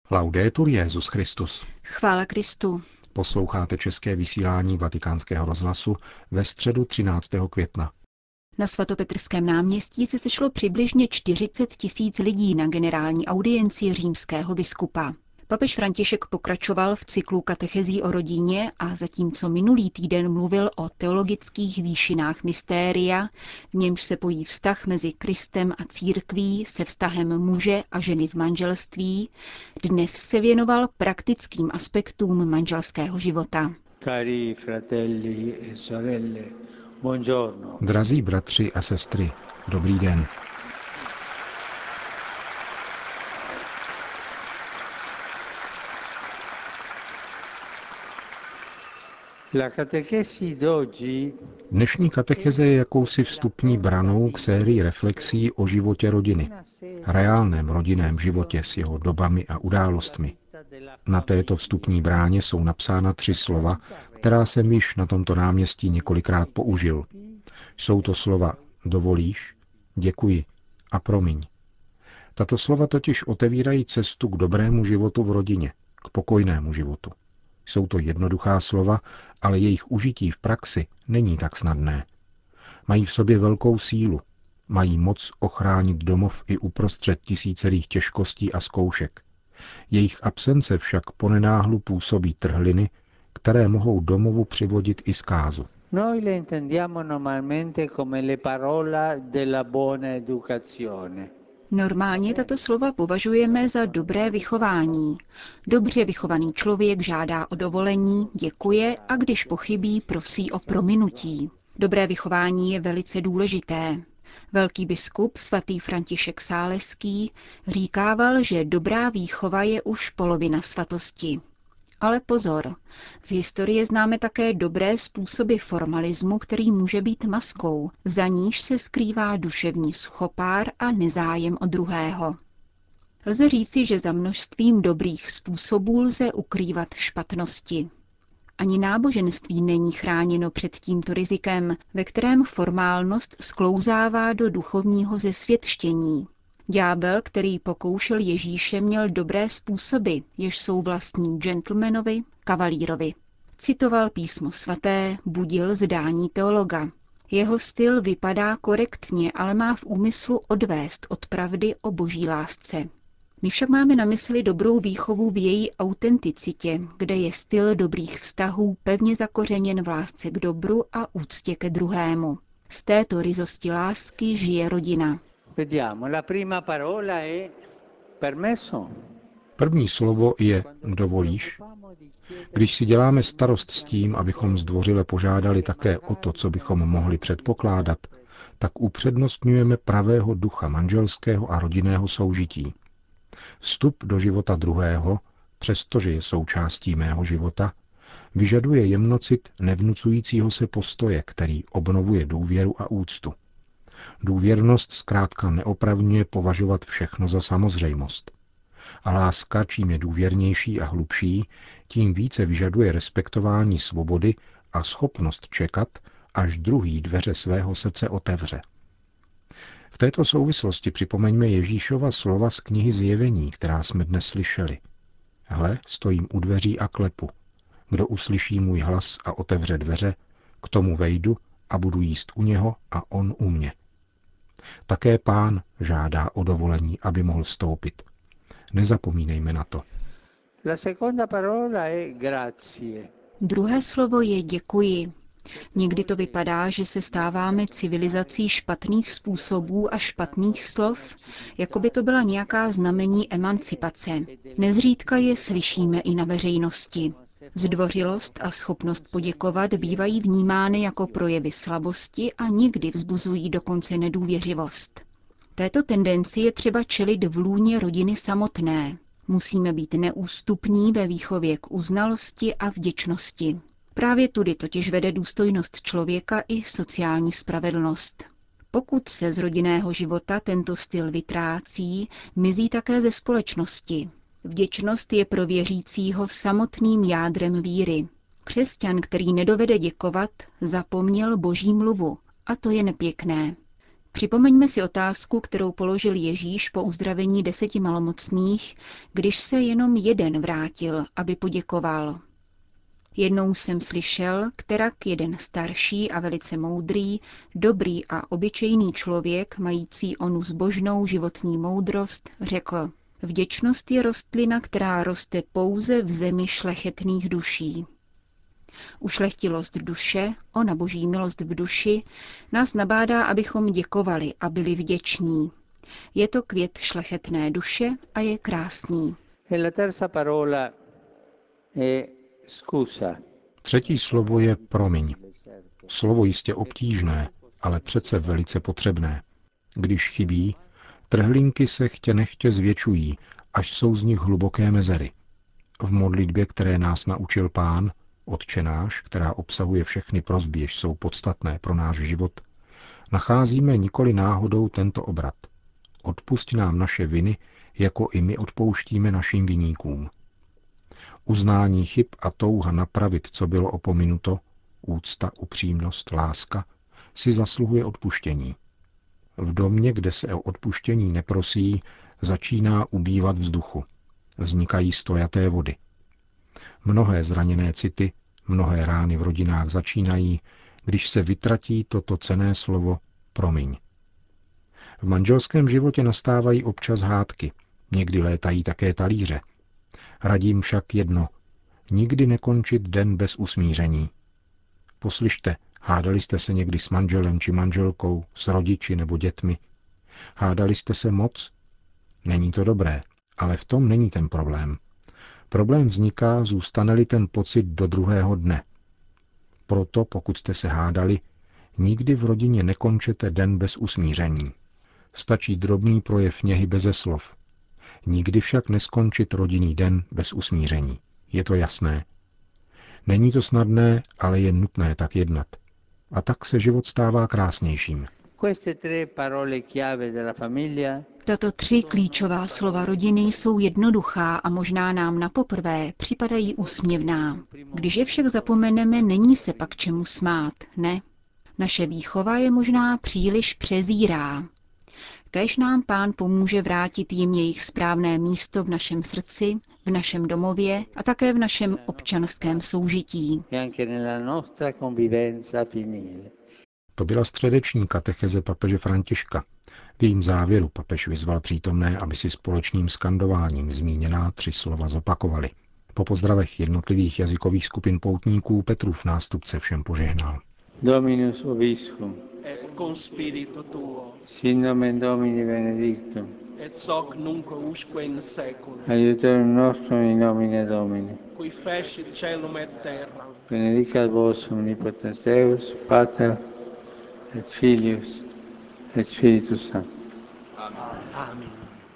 Laudetur Jesus Christus. Chvála Kristu. Posloucháte české vysílání Vatikánského rozhlasu ve středu 13. května. Na svatopetrském náměstí se sešlo přibližně 40 000 lidí na generální audienci římského biskupa. Papež František pokračoval v cyklu katechezí o rodině a zatímco minulý týden mluvil o teologických výšinách mystéria, v němž se pojí vztah mezi Kristem a církví se vztahem muže a ženy v manželství, dnes se věnoval praktickým aspektům manželského života. Cari fratelli e sorelle, buongiorno. Drazí bratři a sestry, dobrý den. Dnešní katecheze je jakousi vstupní branou k sérii reflexí o životě rodiny, reálném rodinném životě s jeho dobami a událostmi. Na této vstupní bráně jsou napsána 3 slova, která jsem již na tomto náměstí několikrát použil. Jsou to slova dovolíš, děkuji a promiň. Tato slova totiž otevírají cestu k dobrému životu v rodině, k pokojnému životu. Jsou to jednoduchá slova, ale jejich užití v praxi není tak snadné. Mají v sobě velkou sílu, mají moc ochránit domov i uprostřed tisícerých těžkostí a zkoušek. Jejich absence však ponenáhlu působí trhliny, které mohou domovu přivodit i zkázu. Noi le intendiamo normalmente come le parola della buona educazione. Normálně tato slova považujeme za dobré vychování. Dobře vychovaný člověk žádá o dovolení, děkuje a když pochybí, prosí o prominutí. Dobré vychování je velice důležité. Velký biskup svatý František Sáleský říkával, že dobrá výchova je už polovina svatosti. Ale pozor, z historie známe také dobré způsoby formalismu, který může být maskou, za níž se skrývá duševní suchopár a nezájem o druhého. Lze říci, že za množstvím dobrých způsobů lze ukrývat špatnosti. Ani náboženství není chráněno před tímto rizikem, ve kterém formálnost sklouzává do duchovního zesvětštění. Ďábel, který pokoušel Ježíše, měl dobré způsoby, jež jsou vlastní gentlemanovi, kavalírovi. Citoval písmo svaté, budil zdání teologa. Jeho styl vypadá korektně, ale má v úmyslu odvést od pravdy o boží lásce. My však máme na mysli dobrou výchovu v její autenticitě, kde je styl dobrých vztahů pevně zakořeněn v lásce k dobru a úctě ke druhému. Z této ryzosti lásky žije rodina. První slovo je dovolíš. Když si děláme starost s tím, abychom zdvořile požádali také o to, co bychom mohli předpokládat, tak upřednostňujeme pravého ducha manželského a rodinného soužití. Vstup do života druhého, přestože je součástí mého života, vyžaduje jemnocit nevnucujícího se postoje, který obnovuje důvěru a úctu. Důvěrnost zkrátka neopravňuje považovat všechno za samozřejmost. A láska, čím je důvěrnější a hlubší, tím více vyžaduje respektování svobody a schopnost čekat, až druhý dveře svého srdce otevře. V této souvislosti připomeňme Ježíšova slova z knihy Zjevení, která jsme dnes slyšeli. Hle, stojím u dveří a klepu. Kdo uslyší můj hlas a otevře dveře, k tomu vejdu a budu jíst u něho a on u mě. Také Pán žádá o dovolení, aby mohl vstoupit. Nezapomínejme na to. Druhé slovo je děkuji. Někdy to vypadá, že se stáváme civilizací špatných způsobů a špatných slov, jako by to byla nějaká znamení emancipace. Nezřídka je slyšíme i na veřejnosti. Zdvořilost a schopnost poděkovat bývají vnímány jako projevy slabosti a někdy vzbuzují dokonce nedůvěřivost. Této tendenci je třeba čelit v lůně rodiny samotné. Musíme být neústupní ve výchově k uznalosti a vděčnosti. Právě tudy totiž vede důstojnost člověka i sociální spravedlnost. Pokud se z rodinného života tento styl vytrácí, mizí také ze společnosti. Vděčnost je pro věřícího samotným jádrem víry. Křesťan, který nedovede děkovat, zapomněl boží mluvu, a to je nepěkné. Připomeňme si otázku, kterou položil Ježíš po uzdravení 10 malomocných, když se jenom jeden vrátil, aby poděkoval. Jednou jsem slyšel, kterak jeden starší a velice moudrý, dobrý a obyčejný člověk, mající onu zbožnou životní moudrost, řekl: Vděčnost je rostlina, která roste pouze v zemi šlechetných duší. Ušlechtilost duše, ona boží milost v duši, nás nabádá, abychom děkovali a byli vděční. Je to květ šlechetné duše a je krásný. Třetí slovo je promiň. Slovo jistě obtížné, ale přece velice potřebné. Když chybí, trhlinky se chtě nechtě zvětšují, až jsou z nich hluboké mezery. V modlitbě, které nás naučil Pán, Otče náš, která obsahuje všechny prosby, jež jsou podstatné pro náš život, nacházíme nikoli náhodou tento obrat. Odpusť nám naše viny, jako i my odpouštíme našim viníkům. Uznání chyb a touha napravit, co bylo opominuto, úcta, upřímnost, láska, si zasluhuje odpuštění. V domě, kde se o odpuštění neprosí, začíná ubývat vzduchu. Vznikají stojaté vody. Mnohé zraněné city, mnohé rány v rodinách začínají, když se vytratí toto cenné slovo promiň. V manželském životě nastávají občas hádky, někdy létají také talíře. Radím však jedno, nikdy nekončit den bez usmíření. Poslyšte, hádali jste se někdy s manželem či manželkou, s rodiči nebo dětmi? Hádali jste se moc? Není to dobré, ale v tom není ten problém. Problém vzniká, zůstane-li ten pocit do druhého dne. Proto, pokud jste se hádali, nikdy v rodině nekončete den bez usmíření. Stačí drobný projev něhy beze slov. Nikdy však neskončit rodinný den bez usmíření. Je to jasné. Není to snadné, ale je nutné tak jednat. A tak se život stává krásnějším. Tato 3 klíčová slova rodiny jsou jednoduchá a možná nám na poprvé připadají úsměvná. Když je však zapomeneme, není se pak čemu smát, ne? Naše výchova je možná příliš přezírá. Kéž nám Pán pomůže vrátit jim jejich správné místo v našem srdci, v našem domově a také v našem občanském soužití. To byla středeční katecheze papeže Františka. V jejím závěru papež vyzval přítomné, aby si společným skandováním zmíněná 3 slova zopakovali. Po pozdravech jednotlivých jazykových skupin poutníků Petrův nástupce všem požehnal. Dominus vobiscum. Et con spiritu tuo. Sin nomen Domini benedictum. Et hoc nunc usque in seculum. Aiutorium nostrum in nomine Domini. Qui fecit caelum et terra. Benedicat vos omnipotens Deus, Pater et Filius et Spiritus Sanctus. Amen.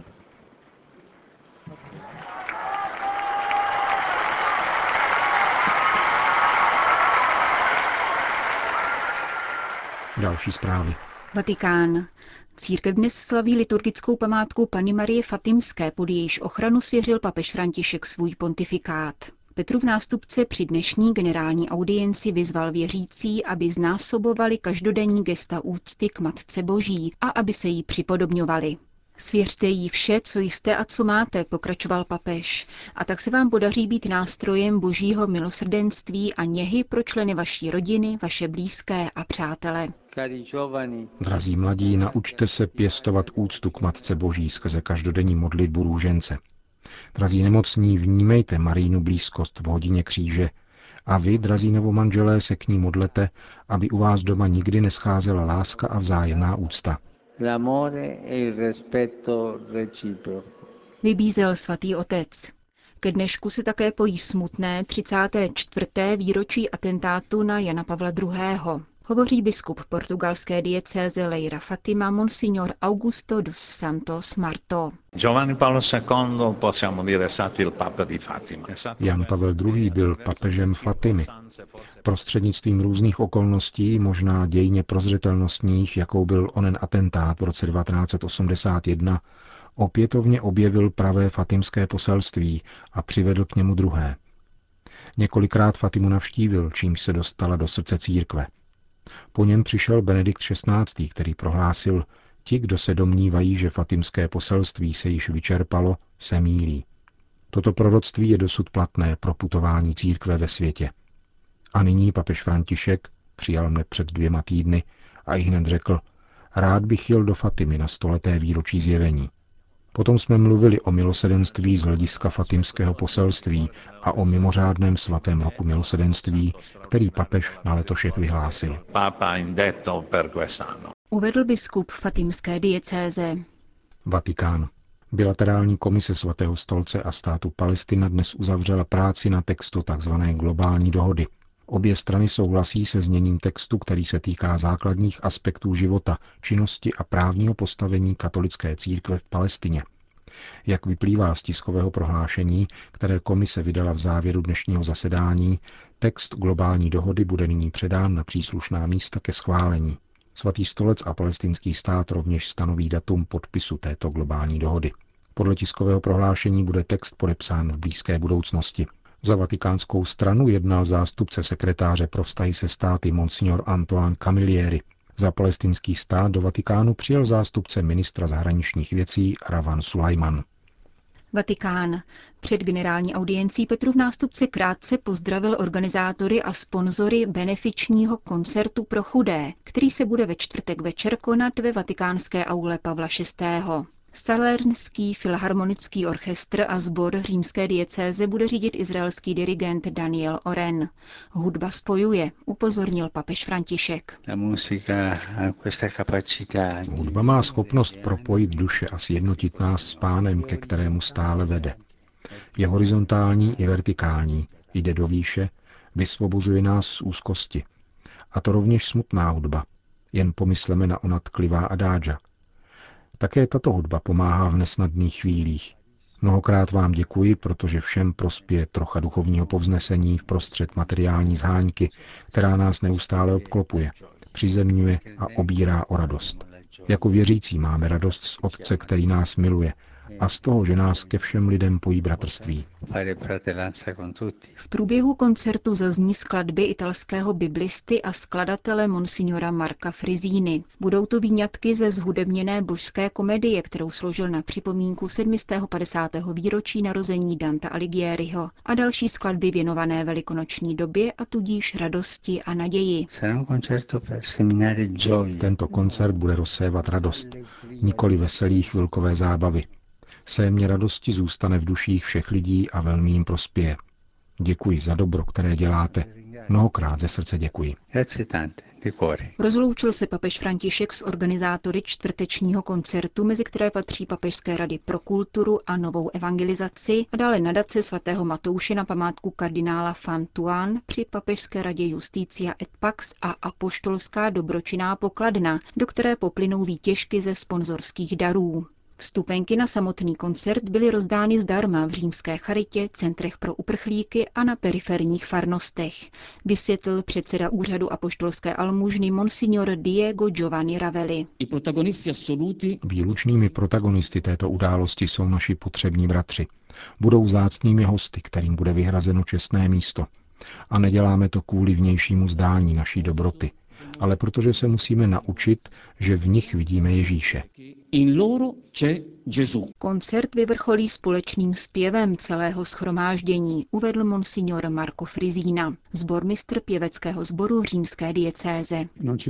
Další zprávy. Vatikán. Církev dnes slaví liturgickou památku Panny Marie Fatimské, pod jejíž ochranu svěřil papež František svůj pontifikát. Petrův nástupce při dnešní generální audienci vyzval věřící, aby znásobovali každodenní gesta úcty k Matce Boží a aby se jí připodobňovali. Svěřte jí vše, co jste a co máte, pokračoval papež, a tak se vám podaří být nástrojem božího milosrdenství a něhy pro členy vaší rodiny, vaše blízké a přátele. Drazí mladí, naučte se pěstovat úctu k Matce Boží skrze každodenní modlitbu růžence. Drazí nemocní, vnímejte Marijinu blízkost v hodině kříže a vy, drazí novomanželé, se k ní modlete, aby u vás doma nikdy nescházela láska a vzájemná úcta. Vybízel svatý otec. Ke dnešku se také pojí smutné 34. výročí atentátu na Jana Pavla II. Hovoří biskup portugalské diecéze Leira Fatima Monsignor Augusto dos Santos Marto. Jan Pavel II. Byl papežem Fatimy. Prostřednictvím různých okolností, možná dějně prozřetelnostních, jakou byl onen atentát v roce 1981, opětovně objevil pravé fatimské poselství a přivedl k němu druhé. Několikrát Fatimu navštívil, čímž se dostala do srdce církve. Po něm přišel Benedikt XVI., který prohlásil: ti, kdo se domnívají, že fatimské poselství se již vyčerpalo, se mýlí. Toto proroctví je dosud platné pro putování církve ve světě. A nyní papež František přijal mne před 2 týdny a ihned řekl: rád bych jel do Fatimy na 100leté výročí zjevení. Potom jsme mluvili o milosedenství z hlediska fatimského poselství a o mimořádném svatém roku milosedenství, který papež na letošek vyhlásil. Uvedl biskup fatimské diecéze. Vatikán. Bilaterální komise Svatého stolce a státu Palestina dnes uzavřela práci na textu tzv. Globální dohody. Obě strany souhlasí se zněním textu, který se týká základních aspektů života, činnosti a právního postavení katolické církve v Palestině. Jak vyplývá z tiskového prohlášení, které komise vydala v závěru dnešního zasedání, text globální dohody bude nyní předán na příslušná místa ke schválení. Svatý stolec a palestinský stát rovněž stanoví datum podpisu této globální dohody. Podle tiskového prohlášení bude text podepsán v blízké budoucnosti. Za vatikánskou stranu jednal zástupce sekretáře pro vztahy se státy Monsignor Antoine Camilleri. Za palestinský stát do Vatikánu přijel zástupce ministra zahraničních věcí Ravan Sulajman. Vatikán. Před generální audiencí Petrův nástupce krátce pozdravil organizátory a sponzory benefičního koncertu pro chudé, který se bude ve čtvrtek večer konat ve vatikánské aule Pavla VI. Salernský filharmonický orchestr a sbor římské diecéze bude řídit izraelský dirigent Daniel Oren. Hudba spojuje, upozornil papež František. Hudba má schopnost propojit duše a sjednotit nás s Pánem, ke kterému stále vede. Je horizontální i vertikální, jde do výše, vysvobozuje nás z úzkosti. A to rovněž smutná hudba. Jen pomysleme na ona tklivá adágia. Také tato hudba pomáhá v nesnadných chvílích. Mnohokrát vám děkuji, protože všem prospěje trocha duchovního povznesení vprostřed materiální zháňky, která nás neustále obklopuje, přizemňuje a obírá o radost. Jako věřící máme radost z Otce, který nás miluje, a z toho, že nás ke všem lidem pojí bratrství. V průběhu koncertu zazní skladby italského biblisty a skladatele monsignora Marka Frizíny. Budou to výňatky ze zhudebněné božské komedie, kterou složil na připomínku 750. výročí narození Danta Alighieriho, a další skladby věnované velikonoční době a tudíž radosti a naději. Tento koncert bude rozsévat radost, nikoli veselý chvilkové zábavy. Sémě radosti zůstane v duších všech lidí a velmi jim prospěje. Děkuji za dobro, které děláte. Mnohokrát ze srdce děkuji. Rozloučil se papež František s organizátory čtvrtečního koncertu, mezi které patří Papežské rady pro kulturu a novou evangelizaci a dále nadace svatého Matouše na památku kardinála Fantuan při Papežské radě Justitia et Pax a apoštolská dobročinná pokladna, do které poplynou výtěžky ze sponzorských darů. Vstupenky na samotný koncert byly rozdány zdarma v římské charitě, centrech pro uprchlíky a na periferních farnostech, vysvětlil předseda úřadu apoštolské almužny monsignor Diego Giovanni Ravelli. Výlučnými protagonisty této události jsou naši potřební bratři. Budou vzácnými hosty, kterým bude vyhrazeno čestné místo. A neděláme to kvůli vnějšímu zdání naší dobroty, ale protože se musíme naučit, že v nich vidíme Ježíše. Koncert vyvrcholí společným zpěvem celého shromáždění, uvedl monsignor Marco Frizína, sbormistr pěveckého sboru římské diecéze.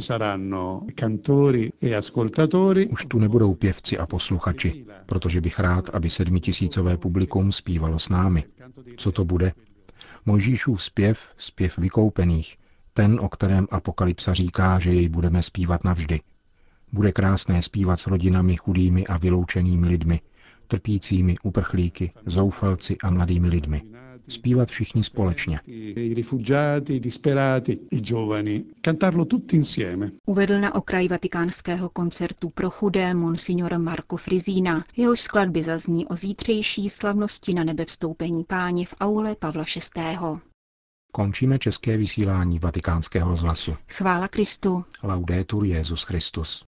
Už tu nebudou pěvci a posluchači, protože bych rád, aby 7tisícové publikum zpívalo s námi. Co to bude? Mojžíšův zpěv, zpěv vykoupených, ten, o kterém Apokalypsa říká, že jej budeme zpívat navždy. Bude krásné zpívat s rodinami chudými a vyloučenými lidmi, trpícími, uprchlíky, zoufalci a mladými lidmi. Zpívat všichni společně. Uvedl na okraj vatikánského koncertu pro chudé monsignor Marco Frizína. Jehož skladby zazní o zítřejší slavnosti na nebevstoupení Páně v aule Pavla VI. Končíme české vysílání Vatikánského rozhlasu. Chvála Kristu. Laudetur Jesus Christus.